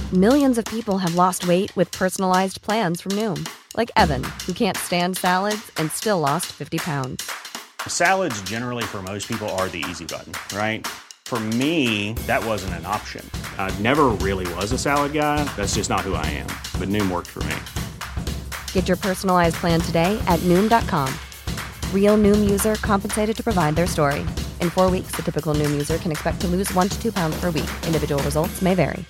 Millions of people have lost weight with personalized plans from Noom. Like Evan, who can't stand salads and still lost 50 pounds. Salads generally for most people are the easy button, right? For me, that wasn't an option. I never really was a salad guy. That's just not who I am. But Noom worked for me. Get your personalized plan today at Noom.com. Real Noom user compensated to provide their story. In 4 weeks, the typical Noom user can expect to lose 1 to 2 pounds per week. Individual results may vary.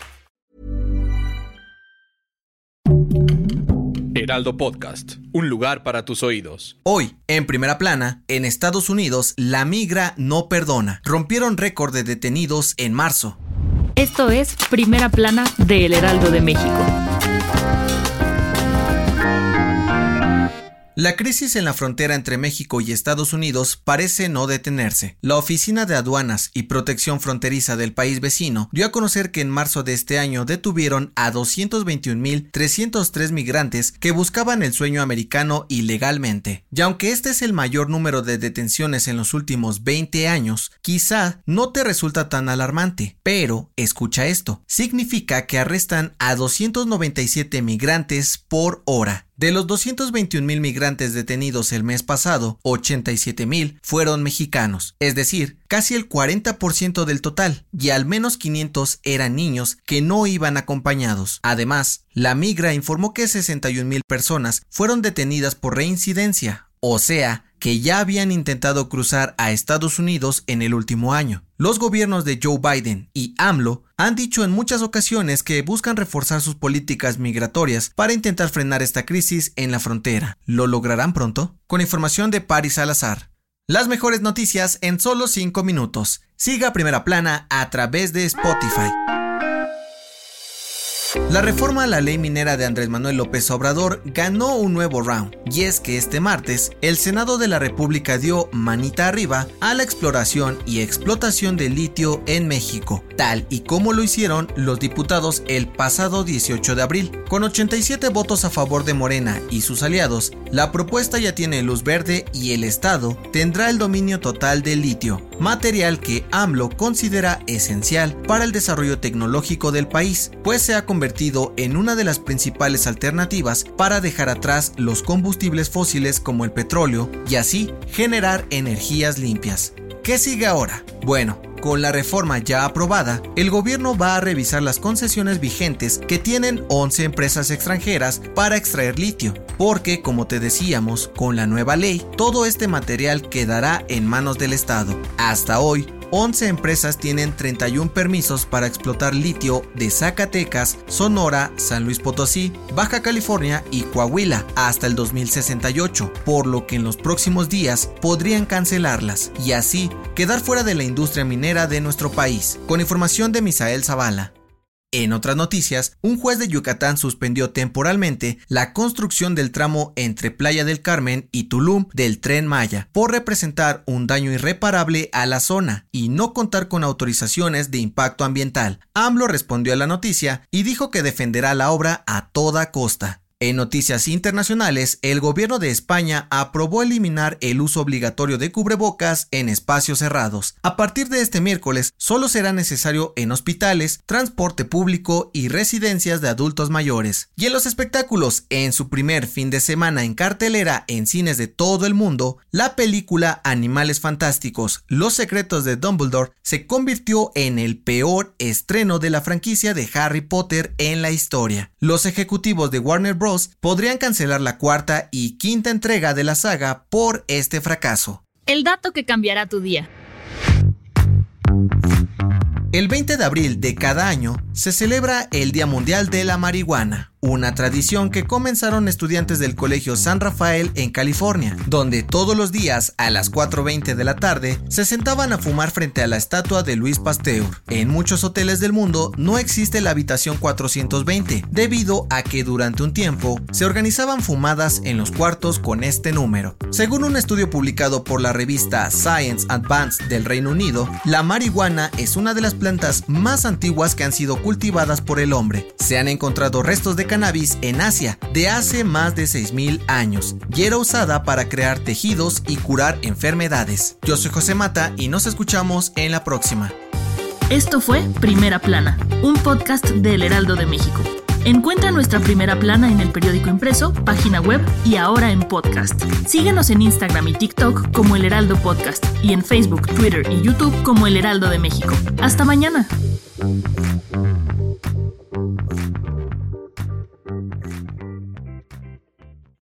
Heraldo Podcast, un lugar para tus oídos. Hoy, en Primera Plana, en Estados Unidos, la migra no perdona. Rompieron récord de detenidos en marzo. Esto es Primera Plana de El Heraldo de México. La crisis en la frontera entre México y Estados Unidos parece no detenerse. La Oficina de Aduanas y Protección Fronteriza del país vecino dio a conocer que en marzo de este año detuvieron a 221,303 migrantes que buscaban el sueño americano ilegalmente. Y aunque este es el mayor número de detenciones en los últimos 20 años, quizá no te resulta tan alarmante. Pero, escucha esto, significa que arrestan a 297 migrantes por hora. De los 221,000 migrantes detenidos el mes pasado, 87,000 fueron mexicanos, es decir, casi el 40% del total, y al menos 500 eran niños que no iban acompañados. Además, la migra informó que 61,000 personas fueron detenidas por reincidencia, o sea, que ya habían intentado cruzar a Estados Unidos en el último año. Los gobiernos de Joe Biden y AMLO han dicho en muchas ocasiones que buscan reforzar sus políticas migratorias para intentar frenar esta crisis en la frontera. ¿Lo lograrán pronto? Con información de Paris Salazar. Las mejores noticias en solo 5 minutos. Siga Primera Plana a través de Spotify. La reforma a la ley minera de Andrés Manuel López Obrador ganó un nuevo round, y es que este martes el Senado de la República dio manita arriba a la exploración y explotación de litio en México, tal y como lo hicieron los diputados el pasado 18 de abril. Con 87 votos a favor de Morena y sus aliados, la propuesta ya tiene luz verde y el Estado tendrá el dominio total del litio, material que AMLO considera esencial para el desarrollo tecnológico del país, pues se ha convertido en una de las principales alternativas para dejar atrás los combustibles fósiles como el petróleo y así generar energías limpias. ¿Qué sigue ahora? Bueno, con la reforma ya aprobada, el gobierno va a revisar las concesiones vigentes que tienen 11 empresas extranjeras para extraer litio, porque, como te decíamos, con la nueva ley, todo este material quedará en manos del Estado. Hasta hoy, 11 empresas tienen 31 permisos para explotar litio de Zacatecas, Sonora, San Luis Potosí, Baja California y Coahuila hasta el 2068, por lo que en los próximos días podrían cancelarlas y así quedar fuera de la industria minera de nuestro país. Con información de Misael Zavala. En otras noticias, un juez de Yucatán suspendió temporalmente la construcción del tramo entre Playa del Carmen y Tulum del Tren Maya por representar un daño irreparable a la zona y no contar con autorizaciones de impacto ambiental. AMLO respondió a la noticia y dijo que defenderá la obra a toda costa. En noticias internacionales, el gobierno de España aprobó eliminar el uso obligatorio de cubrebocas en espacios cerrados. A partir de este miércoles, solo será necesario en hospitales, transporte público y residencias de adultos mayores. Y en los espectáculos, en su primer fin de semana en cartelera en cines de todo el mundo, la película Animales Fantásticos, Los Secretos de Dumbledore se convirtió en el peor estreno de la franquicia de Harry Potter en la historia. Los ejecutivos de Warner Bros. Podrían cancelar la cuarta y quinta entrega de la saga por este fracaso. El dato que cambiará tu día. El 20 de abril de cada año se celebra el Día Mundial de la Marihuana, una tradición que comenzaron estudiantes del Colegio San Rafael en California, donde todos los días a las 4:20 de la tarde se sentaban a fumar frente a la estatua de Luis Pasteur. En muchos hoteles del mundo no existe la habitación 420, debido a que durante un tiempo se organizaban fumadas en los cuartos con este número. Según un estudio publicado por la revista Science Advanced del Reino Unido, la marihuana es una de las plantas más antiguas que han sido cultivadas por el hombre. Se han encontrado restos de cannabis en Asia de hace más de 6,000 años y era usada para crear tejidos y curar enfermedades. Yo soy José Mata y nos escuchamos en la próxima. Esto fue Primera Plana, un podcast del Heraldo de México. Encuentra nuestra Primera Plana en el periódico impreso, página web y ahora en podcast. Síguenos en Instagram y TikTok como El Heraldo Podcast y en Facebook, Twitter y YouTube como El Heraldo de México. ¡Hasta mañana!